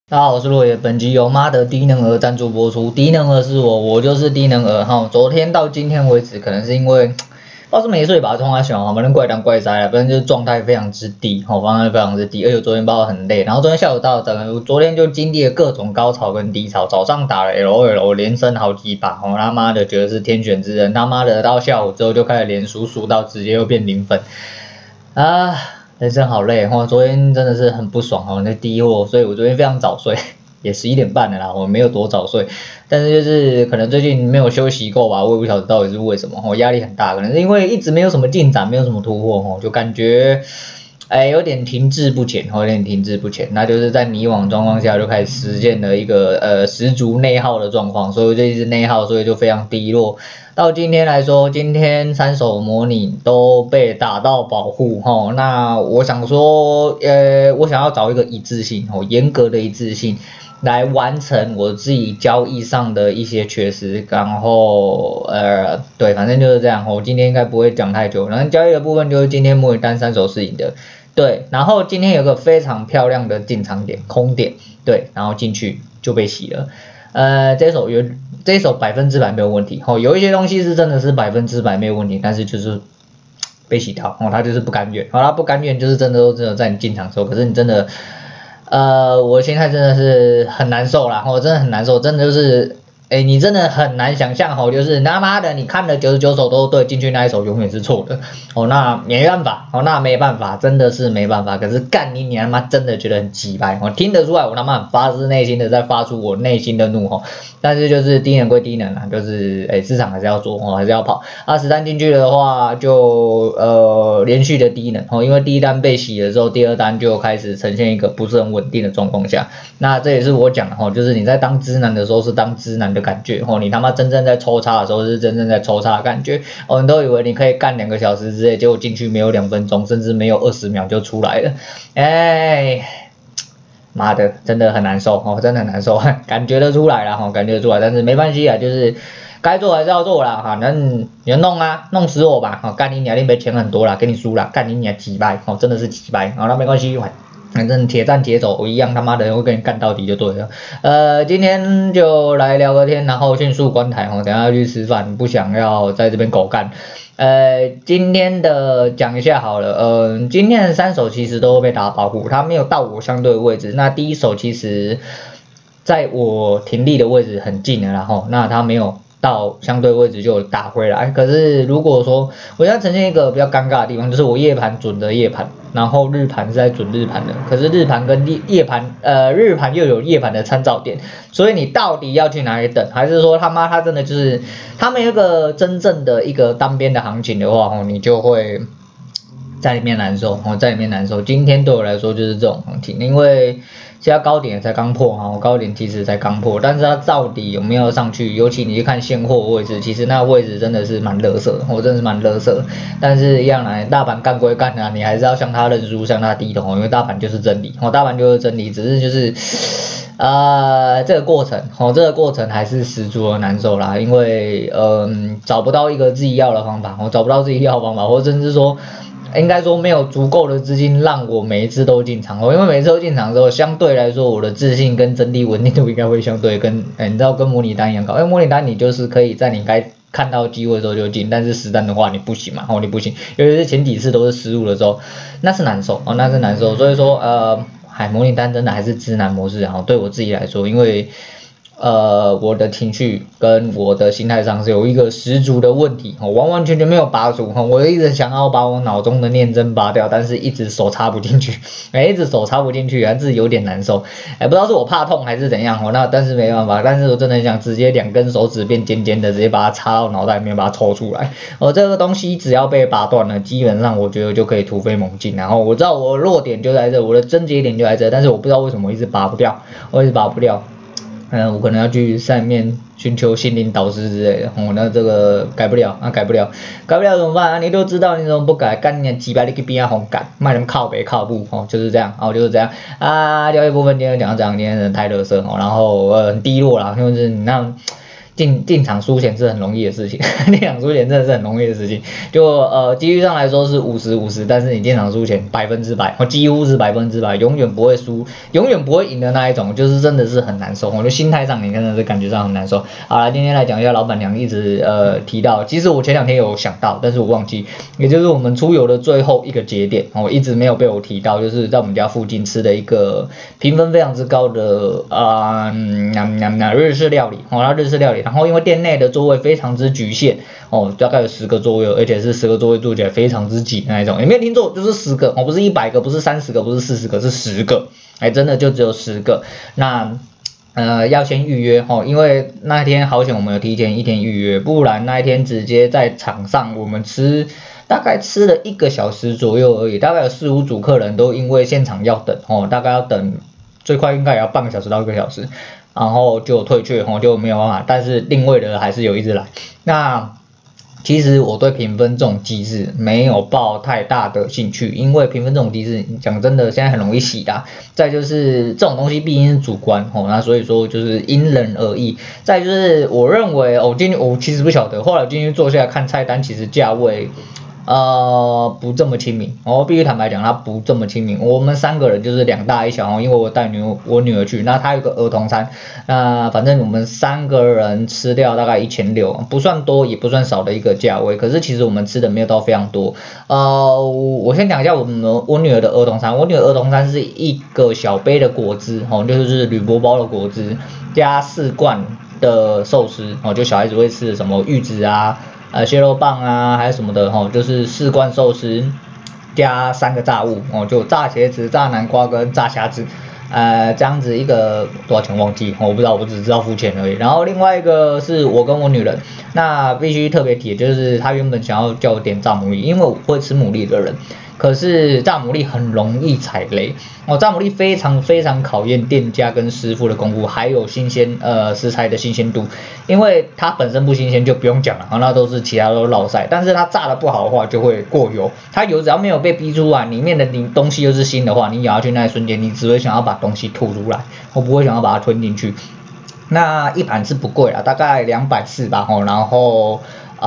大家好，我是落野，本集由妈的低能儿赞助播出。低能儿是我，我就是低能儿哈。昨天到今天为止，可能是因为不知道是没睡吧，冲他小哈，反正怪当怪哉了，反正就是状态非常之低，状态非常之低，而且昨天包很累，然后昨天下午到昨天就经历了各种高潮跟低潮，早上打了 LOL 连升好几把，他妈的觉得是天选之人，他妈的到下午之后就开始连输到直接又变0分啊。人生好累昨天真的是很不爽那低落，所以我昨天非常早睡，也11点半了啦，我没有多早睡，但是就是可能最近没有休息够吧，我也不晓得到底是为什么压力很大，可能是因为一直没有什么进展，没有什么突破就感觉有点停滞不前，那就是在迷惘状况下就开始实现了一个十足内耗的状况，所以我就一直内耗，所以就非常低落。到今天来说，今天3手模拟都被打到保护那我想说，我想要找一个一致性严格的一致性来完成我自己交易上的一些缺失，然后对，反正就是这样我今天应该不会讲太久，然后交易的部分就是今天模拟单3手是赢的。对，然后今天有个非常漂亮的进场点，空点，对，然后进去就被洗了。这一手100%没有问题有一些东西是真的是100%没有问题，但是就是被洗掉他就是不甘愿他不甘愿就是真的都只有在你进场的时候，可是你真的我现在真的是很难受啦真的很难受，真的就是你真的很难想象就是他妈的你看了99手都对，进去那一手永远是错的那没办法那没办法，真的是没办法。可是干你他妈真的觉得很鸡掰我听得出来，我他妈很发自内心的在发出我内心的怒但是就是低能归低能就是市场还是要做还是要跑实单进去的话就连续的低能因为第一单被洗了之后，第二单就开始呈现一个不是很稳定的状况下，那这也是我讲的就是你在当知男的时候是当知男的感觉你他妈真正在抽插的时候是真正在抽插的感觉你都以为你可以干2个小时之类，结果进去没有2分钟，甚至没有20秒就出来了妈的真的很难受真的很难受感觉得出来啦感觉得出来，但是没关系啊，就是该做还是要做啦你就弄弄死我吧干你娘，你没钱很多啦，给你输啦，干你娘鸡掰真的是鸡掰那没关系，反正铁战铁走，我一样他妈的会跟你干到底就对了。今天就来聊个天，然后迅速关台等下去吃饭，不想要在这边狗干。今天的讲一下好了，今天的3手其实都被打保护，它没有到我相对的位置。那第一手其实在我停利的位置很近的，然后那它没有到相对位置就打回来。可是如果说我现在呈现一个比较尴尬的地方，就是我夜盘准的夜盘，然后日盘是在准日盘的，可是日盘跟夜盘日盘又有夜盘的参照点，所以你到底要去哪里等，还是说他妈他真的就是他没有一个真正的一个单边的行情的话你就会在里面难受在里面难受。今天对我来说就是这种行情，因为现在高点才刚破高点其实才刚破，但是它到底有没有上去，尤其你去看现货位置，其实那位置真的是蛮垃圾真的是蛮垃圾。但是一样来，大盘干归干你还是要向他认输，向他低头因为大盘就是真理大盘就是真理，只是就是这个过程还是十足的难受啦，因为找不到一个自己要的方法找不到自己要的方法，或甚至说应该说没有足够的资金让我每一次都进场因为每一次都进场之后，相对来说我的自信跟整体稳定度应该会相对跟你知道跟模拟单一样高，因为模拟单你就是可以在你该看到机会的时候就进，但是实单的话你不行嘛你不行，尤其是前几次都是失误的时候，那是难受那是难受。所以说模拟单真的还是知难模式对我自己来说，因为我的情绪跟我的心态上是有一个十足的问题完完全全没有拔除我一直想要把我脑中的念针拔掉，但是一直手插不进去一直手插不进去，还是有点难受不知道是我怕痛还是怎样那但是没办法，但是我真的想直接2根手指变尖尖的，直接把它插到脑袋里面把它抽出来这个东西只要被拔断了，基本上我觉得就可以突飞猛进。然后我知道我的弱点就在这，我的症结点就在这，但是我不知道为什么我一直拔不掉我可能要去上面寻求心灵导师之类的那这个改不了改不了怎么办你都知道你怎么不改，干你几百你去边啊红干，卖人靠北靠步就是这样就是这样交易部分今天讲到这样，今天人太垃圾然后很低落啦，就是你那进场输钱是很容易的事情，进场输钱真的是很容易的事情。就几率上来说是50-50，但是你进场输钱100%，几乎是100%，永远不会输，永远不会赢的那一种，就是真的是很难受。我就心态上你真的是感觉上很难受。好了，今天来讲一下老板娘一直提到，其实我前2天有想到，但是我忘记，也就是我们出游的最后一个节点，一直没有被我提到，就是在我们家附近吃的一个评分非常之高的日式料理，它日式料理。然后因为店内的座位非常之局限，大概有10个座位，而且是10个座位坐起来非常之挤那一种，有没有听错？就是10个，不是100个，不是30个，不是40个，是10个，真的就只有10个。那要先预约因为那天好险我们有提前1天预约，不然那一天直接在场上我们大概吃了1个小时左右而已，大概有4-5组客人都因为现场要等大概要等最快应该也要半个小时到1个小时。然后就退却就没有办法，但是另位的还是有一直来。那其实我对评分这种机制没有抱太大的兴趣，因为评分这种机制讲真的现在很容易洗的。再就是这种东西毕竟是主观那所以说就是因人而异。再就是我认为我其实不晓得，后来进去坐下来看菜单，其实价位不这么亲民，必须坦白讲，它不这么亲民。我们3个人就是2大1小因为我带我女儿去，那她有个儿童餐，反正我们3个人吃掉大概1600，不算多也不算少的一个价位。可是其实我们吃的没有到非常多。我先讲一下我女儿的儿童餐，我女儿儿童餐是1个小杯的果汁就是铝箔包的果汁，加4罐的寿司就小孩子会吃的什么玉子啊。蟹肉棒啊，还有什么的就是4罐寿司加3个炸物就炸茄子、炸南瓜跟炸虾子，这样子一个多少钱忘记我不知道，我只知道付钱而已。然后另外一个是我跟我女人，那必须特别提，就是她原本想要叫我点炸牡蛎，因为我会吃牡蛎的人。可是炸牡蛎很容易踩雷炸牡蛎非常非常考验店家跟师傅的功夫，还有新鲜食材的新鲜度，因为它本身不新鲜就不用讲了那都是其他都落晒，但是它炸的不好的话就会过油，它油只要没有被逼出来，里面的东西又是新的话，你咬下去那一瞬间，你只会想要把东西吐出来，我不会想要把它吞进去。那一盘是不贵啦，大概240吧然后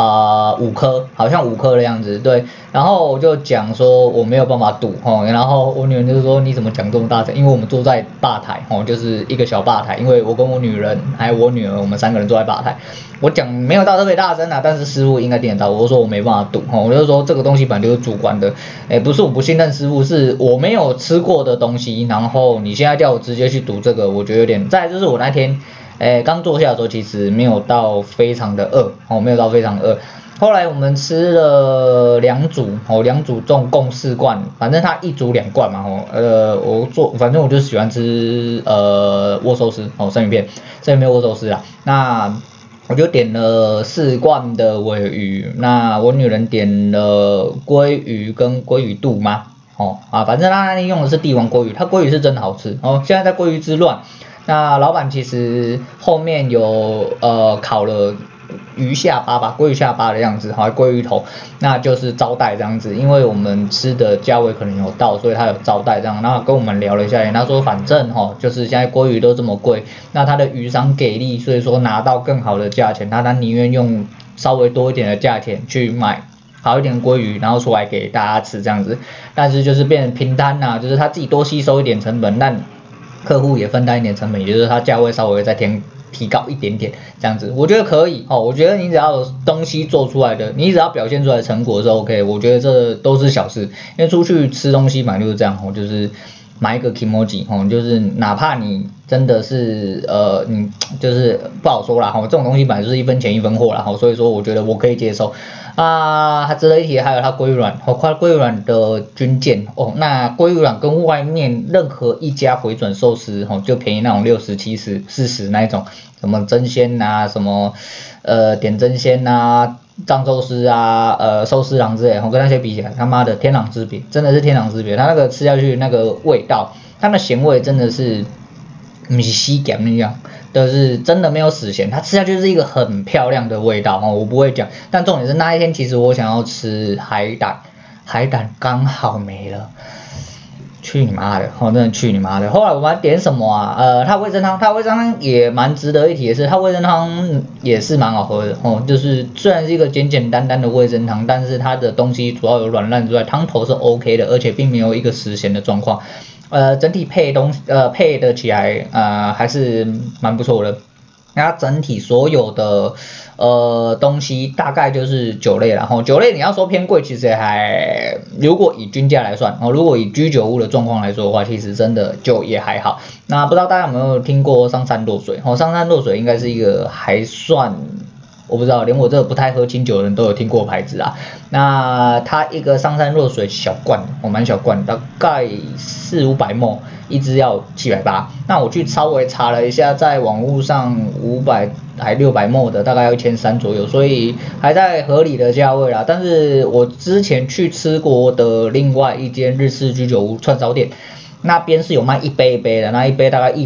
5颗，好像5颗的样子，对。然后我就讲说我没有办法赌然后我女人就说你怎么讲这么大声？因为我们坐在吧台就是一个小吧台，因为我跟我女人还有我女儿，我们3个人坐在吧台。我讲没有到特别大声但是师傅应该听得到。我说我没办法赌我就说这个东西本来就是主观的，不是我不信任师傅，是我没有吃过的东西，然后你现在叫我直接去赌这个，我觉得有点。再来就是我那天刚坐下的时候其实没有到非常的饿没有到非常饿。后来我们吃了2组2组总共4罐，反正他1组2罐嘛反正我就喜欢吃握寿司生鱼片握寿司啦。那我就点了4罐的鲔鱼，那我女人点了鲑鱼跟鲑鱼肚吗反正他那天用的是帝王鲑鱼，他鲑鱼是真的好吃现在在鲑鱼之乱。那老板其实后面有烤了鱼下巴吧，鲑鱼下巴的样子鲑鱼头，那就是招待这样子，因为我们吃的价位可能有到，所以他有招待这样。然后跟我们聊了一下，他说反正就是现在鲑鱼都这么贵，那他的鱼商给力，所以说拿到更好的价钱，他宁愿用稍微多一点的价钱去买好一点鲑鱼，然后出来给大家吃这样子。但是就是变成平摊就是他自己多吸收一点成本，但客户也分担一点成本，也就是他价位稍微再提高一点点这样子，我觉得可以我觉得你只要有东西做出来的，你只要表现出来的成果是 OK， 我觉得这都是小事。因为出去吃东西嘛就是这样就是买一个 kimoji 就是哪怕你真的是你就是不好说啦这种东西本来就是1分钱1分货啦所以说我觉得我可以接受它值得一提还有它鲑鱼卵鲑鱼卵的军舰那鲑鱼卵跟外面任何一家回转寿司就便宜那种60、70、40那一种，什么真鲜啊，什么点真鲜啊，藏寿司啊，寿司郎之类跟那些比起来，他妈的天壤之别，真的是天壤之别。它那个吃下去那个味道，它的咸味真的是不是死咸那样，就是真的没有死咸，它吃下去是一个很漂亮的味道我不会讲。但重点是那一天其实我想要吃海胆刚好没了。 去你妈的！真的去你妈的！后来我们点什么啊？它味噌汤也蛮值得一提的是，它味噌汤也是蛮好喝的就是虽然是一个简简单单的味噌汤，但是它的东西主要有软烂之外，汤头是 OK 的，而且并没有一个失咸的状况。整体配得起来还是蛮不错的。它整体所有的东西大概就是酒类，然后酒类你要说偏贵，其实还如果以均价来算如果以居酒屋的状况来说的话，其实真的就也还好。那不知道大家有没有听过上善若水上善若水应该是一个还算。我不知道，连我这个不太喝清酒的人都有听过牌子啊。那它一个上善若水小罐，蛮小罐，大概400-500ml，一支要780。那我去稍微查了一下，在网络上500还600ml的大概要1300左右，所以还在合理的价位啦。但是我之前去吃过的另外一间日式居酒屋串烧店，那边是有卖一杯一杯的，那一杯大概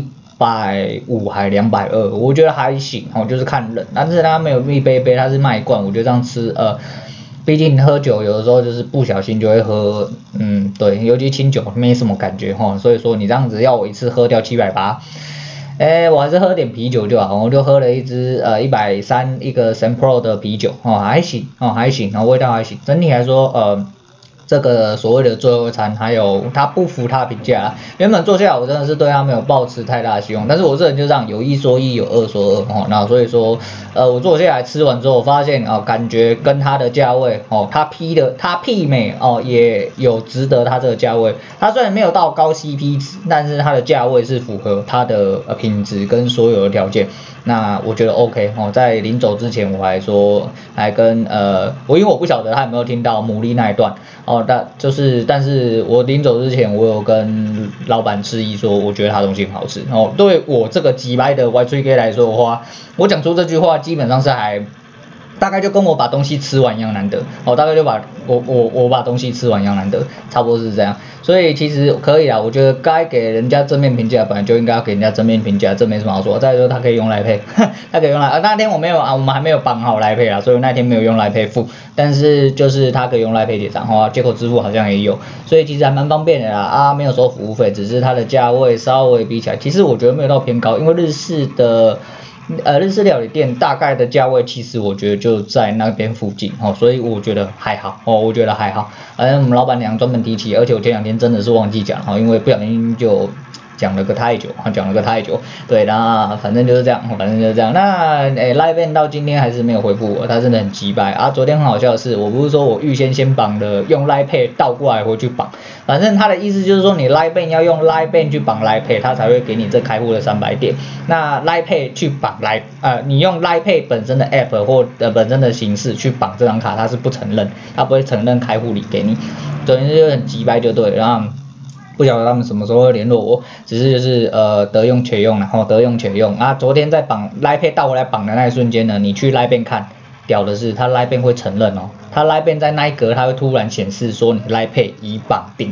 150还220，我觉得还行就是看人，但是它没有一杯一杯，它是卖一罐，我觉得这样吃毕竟喝酒有的时候就是不小心就会喝，对，尤其清酒没什么感觉所以说你这样子要我一次喝掉780，我还是喝点啤酒就好，我就喝了一支130一个 San Pro 的啤酒还行还行，然后味道还行，整体来说这个所谓的最后一餐，还有他不服他评价啦。原本坐下来我真的是对他没有抱持太大的希望，但是我这人就这样有一说一，有二说二那所以说我坐下来吃完之后，我发现感觉跟他的价位他媲美也有值得他这个价位。他虽然没有到高 CP 值，但是他的价位是符合他的品质跟所有的条件。那我觉得 OK 在临走之前我还说，还跟因为我不晓得他有没有听到牡蛎那一段但是我临走之前我有跟老板示意说，我觉得他东西很好吃对我这个几掰的 Y3K 来说的话，我讲出这句话基本上是还大概就跟我把东西吃完一样难得大概就把我把东西吃完一样难得，差不多是这样。所以其实可以啦，我觉得该给人家正面评价，本来就应该要给人家正面评价，这没什么好说。再说它可以用来配，它可以用来那天我没有我们还没有绑好来配啦，所以那天没有用来配付，但是就是它可以用来配结账接口支付好像也有，所以其实还蛮方便的啦没有收服务费，只是它的价位稍微比起来，其实我觉得没有到偏高，因为日式料理店大概的价位，其实我觉得就在那边附近所以我觉得还好我觉得还好。我们老板娘专门提起，而且我前2天真的是忘记讲因为不小心就讲了个太久，对，那反正就是这样，那Line Band 到今天还是没有回复我，他真的很鸡掰昨天很好笑的是，我不是说我预先绑了用 Line Pay 倒过来回去绑，反正他的意思就是说你 Line Band 要用 Line Band 去绑 Line Pay， 他才会给你这开户的300点。那 Line Pay 去绑你用 Line Pay 本身的 App 或本身的形式去绑这张卡，他是不承认，他不会承认开户礼给你，总之就很鸡掰就对了。然后不晓得他们什么时候会联络我，只是就是得用且用，然后得用且用昨天在绑 Line Pay 倒回来绑的那一瞬间呢，你去 Line Band 看，屌的是他 Line Band 会承认他 Line Band 在那一格他会突然显示说你 Line Pay 已绑定，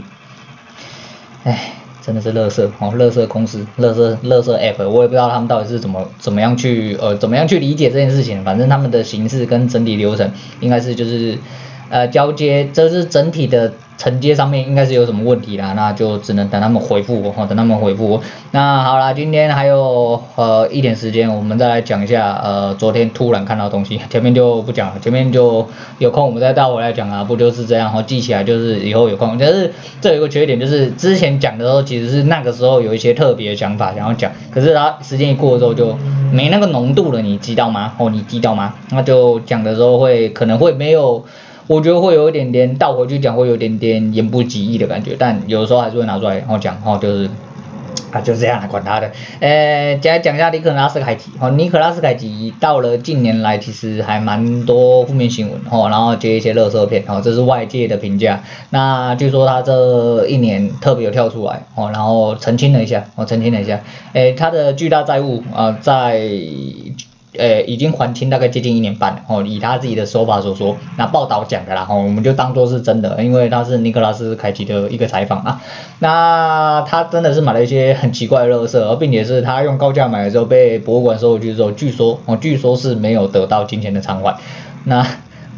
真的是垃圾公司，垃圾 app， 我也不知道他们到底是怎么样去理解这件事情，反正他们的形式跟整体流程应该是就是交接，这是整体的承接上面应该是有什么问题啦，那就只能等他们回复我那好啦，今天还有一点时间，我们再来讲一下昨天突然看到的东西，前面就不讲了，前面就有空我们再带回来讲不就是这样记起来，就是以后有空。但是这有一个缺点，就是之前讲的时候其实是那个时候有一些特别的想法想要讲，可是它时间一过之后就没那个浓度了，你知道吗那就讲的时候可能会没有，我觉得会有一点点倒回去讲，会有一点点言不及义的感觉，但有的时候还是会拿出来讲就是就这样了，管他的。讲一下尼可拉斯凯奇尼可拉斯凯奇到了近年来其实还蛮多负面新闻然后接一些垃圾片这是外界的评价。那据说他这一年特别有跳出来然后澄清了一下他的巨大债务在已经还清大概接近1年半以他自己的手法所说，那报道讲的啦我们就当作是真的，因为他是尼可拉斯凯奇的一个采访那他真的是买了一些很奇怪的垃圾，并且是他用高价买的时候被博物馆收回去之后，据说是没有得到金钱的偿还。那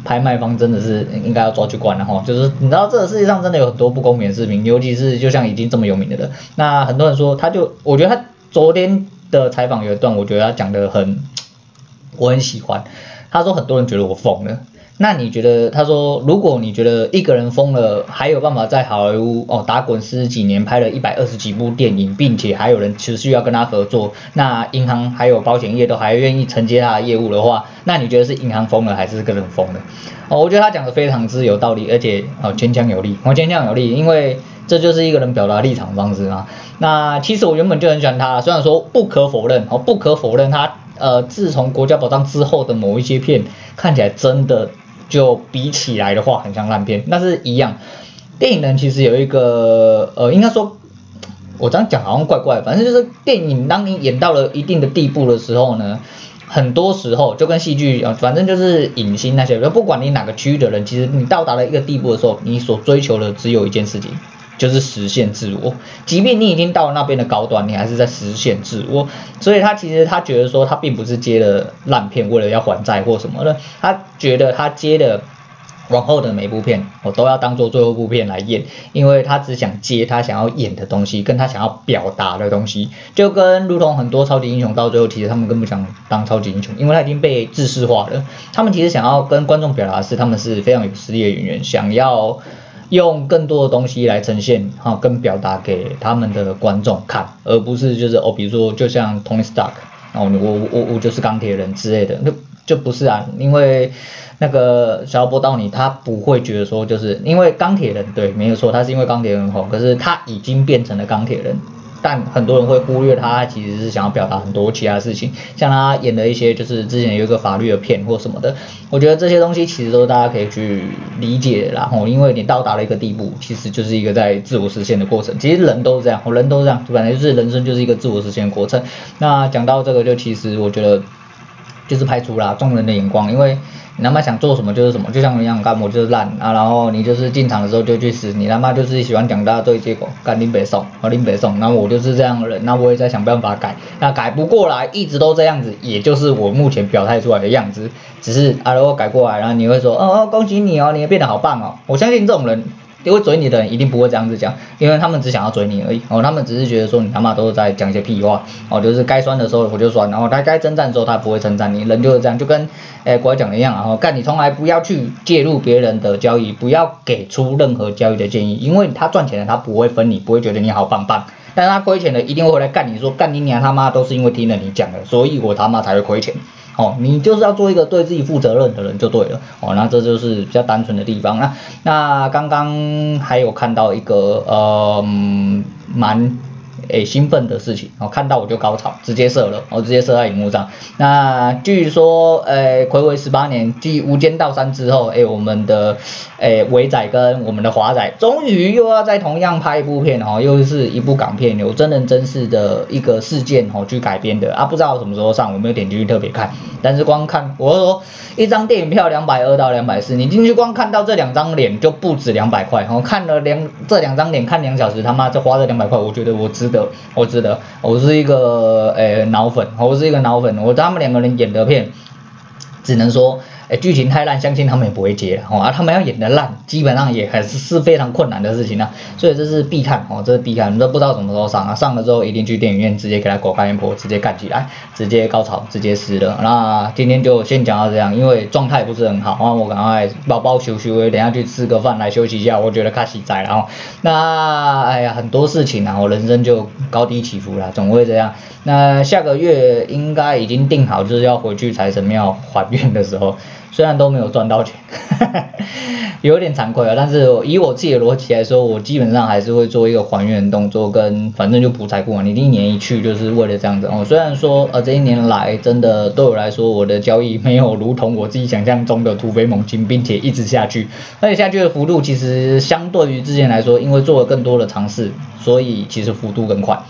拍卖方真的是应该要抓去关了哈。就是你知道这个世界上真的有很多不公平的事情，尤其是就像已经这么有名的人，那很多人说我觉得他昨天的采访有一段，我觉得他讲的我很喜欢。他说很多人觉得我疯了。那你觉得？他说，如果你觉得一个人疯了，还有办法在好莱坞打滚40几年，拍了120几部电影，并且还有人持续要跟他合作，那银行还有保险业都还愿意承接他的业务的话，那你觉得是银行疯了，还是这个人疯了？我觉得他讲的非常之有道理，而且铿锵有力，铿锵有力，因为这就是一个人表达立场的方式嘛。那其实我原本就很喜欢他，虽然说不可否认他自从国家宝藏之后的某一些片看起来真的。就比起来的话，很像烂片，但是一样。电影人其实有一个应该说，我这样讲好像怪怪，反正就是电影，当你演到了一定的地步的时候呢，很多时候就跟戏剧反正就是影星那些，不管你哪个区域的人，其实你到达了一个地步的时候，你所追求的只有一件事情。就是实现自我，即便你已经到了那边的高端，你还是在实现自我。所以他觉得说，他并不是接了烂片为了要还债或什么的，他觉得他接的往后的每部片，我都要当做最后一部片来演，因为他只想接他想要演的东西，跟他想要表达的东西，就跟如同很多超级英雄到最后，其实他们根本不想当超级英雄，因为他已经被制式化了。他们其实想要跟观众表达的是，他们是非常有实力的演员，想要用更多的东西来呈现跟表达给他们的观众看，而不是就是比如说就像 Tony Stark， 我就是钢铁人之类的，就不是啊，因为那个小罗伯特道尼他不会觉得说就是因为钢铁人，对，没有错，他是因为钢铁人红，可是他已经变成了钢铁人。但很多人会忽略他其实是想要表达很多其他事情，像他演的一些就是之前有一个法律的片或什么的，我觉得这些东西其实都大家可以去理解啦，因为你到达了一个地步，其实就是一个在自我实现的过程，其实人都是这样，本来就是人生就是一个自我实现的过程。那讲到这个，就其实我觉得就是拍出啦众人的眼光，因为你他妈想做什么就是什么，就像一样干我就是烂啊，然后你就是进场的时候就去死，你他妈就是喜欢讲大队结果干林北宋，那我就是这样的人，那我也在想办法改，那改不过来一直都这样子，也就是我目前表态出来的样子，只是如果改过来，然后你会说恭喜你你也变得好棒我相信这种人。因为追你的人一定不会这样子讲，因为他们只想要追你而已他们只是觉得说你他妈都是在讲一些屁话就是该酸的时候我就酸，然后他该称赞的时候他不会称赞你，人就是这样，就跟国外讲的一样干你从来不要去介入别人的交易，不要给出任何交易的建议，因为他赚钱了他不会分你，不会觉得你好棒棒，但是他亏钱了一定会回来干你说干你娘他妈都是因为听了你讲的，所以我他妈才会亏钱你就是要做一个对自己负责任的人就对了那这就是比较单纯的地方。那刚刚还有看到一个蛮兴奋的事情看到我就高潮，直接射了直接射在荧幕上。那据说睽违18年继无间道3之后我们的伟仔跟我们的华仔终于又要在同样拍一部片又是一部港片，有真人真事的一个事件去改编的不知道什么时候上，我没有点进去特别看，但是光看我说一张电影票220到240，你进去光看到这2张脸就不止200块看了这2张脸看2小时，他妈就花这200块，我觉得我值得，我是一个脑粉，他们2个人演的片只能说剧情太烂，相信他们也不会接他们要演的烂基本上也还是非常困难的事情所以这是必看这是必看，你都不知道什么时候上上了之后一定去电影院直接给他狗干一波，直接干起来，直接高潮，直接湿了。那今天就先讲到这样，因为状态不是很好我赶快包包休息，等一下去吃个饭来休息一下，我觉得开始在了那很多事情人生就高低起伏总会这样。那下个月应该已经定好就是要回去财神庙还愿的时候，虽然都没有赚到钱有点惭愧但是以我自己的逻辑来说，我基本上还是会做一个还愿的动作，跟反正就补财库你一年一去就是为了这样子虽然说这一年来真的对我来说，我的交易没有如同我自己想象中的突飞猛进，并且一直下去，而且下去的幅度其实相对于之前来说，因为做了更多的尝试，所以其实幅度更快，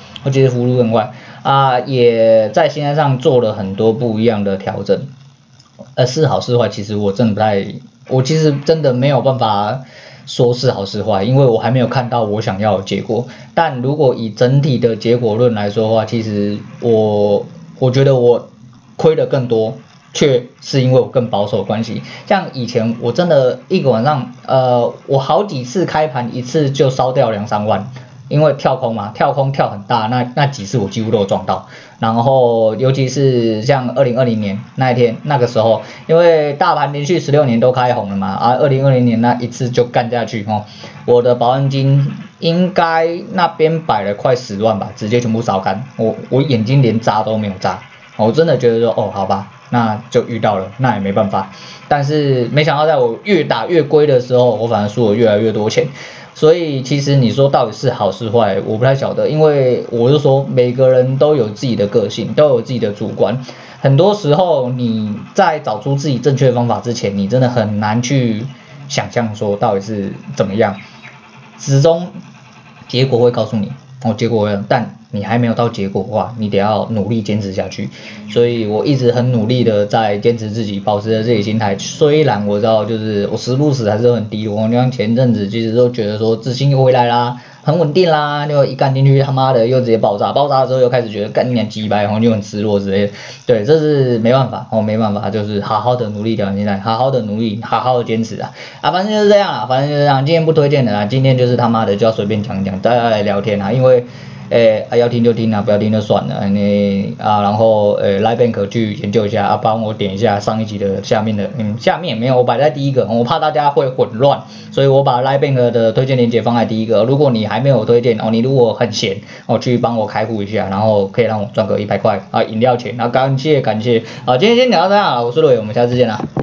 也在心态上做了很多不一样的调整。是好是坏，其实我其实真的没有办法说是好是坏，因为我还没有看到我想要的结果。但如果以整体的结果论来说的话，其实我觉得我亏的更多， 却是因为我更保守的关系。像以前我真的一个晚上，我好几次开盘一次就烧掉2-3万。因为跳空嘛，跳空跳很大，那几次我几乎都有撞到。然后尤其是像2020年那一天，那个时候，因为大盘连续16年都开红了嘛，2020年那一次就干下去我的保证金应该那边摆了快10万吧，直接全部烧干，我眼睛连眨都没有眨，我真的觉得说好吧，那就遇到了，那也没办法。但是没想到在我越打越亏的时候，我反而输了越来越多钱。所以其实你说到底是好是坏，我不太晓得，因为我就说每个人都有自己的个性，都有自己的主观。很多时候你在找出自己正确的方法之前，你真的很难去想象说到底是怎么样，始终结果会告诉你结果会，但你还没有到结果的话，你得要努力坚持下去。所以我一直很努力的在坚持自己，保持着自己心态。虽然我知道就是我时不时还是很低落，像前阵子其实都觉得说自信又回来啦，很稳定啦，就一干进去他妈的又直接爆炸，爆炸的时候又开始觉得干你娘鸡掰，就很失落之类的。对，这是没办法没办法，就是好好的努力调整心态，好好的努力，好好的坚持反正就是这样啦，反正就是这样。今天不推荐的啦，今天就是他妈的就要随便讲讲，大家来聊天因为要听就听不要听就算了。然后Line Bank 去研究一下帮我点一下上一集的下面的下面没有，我摆在第一个，我怕大家会混乱，所以我把 Line Bank 的推荐链接放在第一个。如果你还没有推荐你如果很闲去帮我开户一下，然后可以让我赚个100块饮料钱，感谢今天先聊到这样，我是陆伟，我们下次见啦。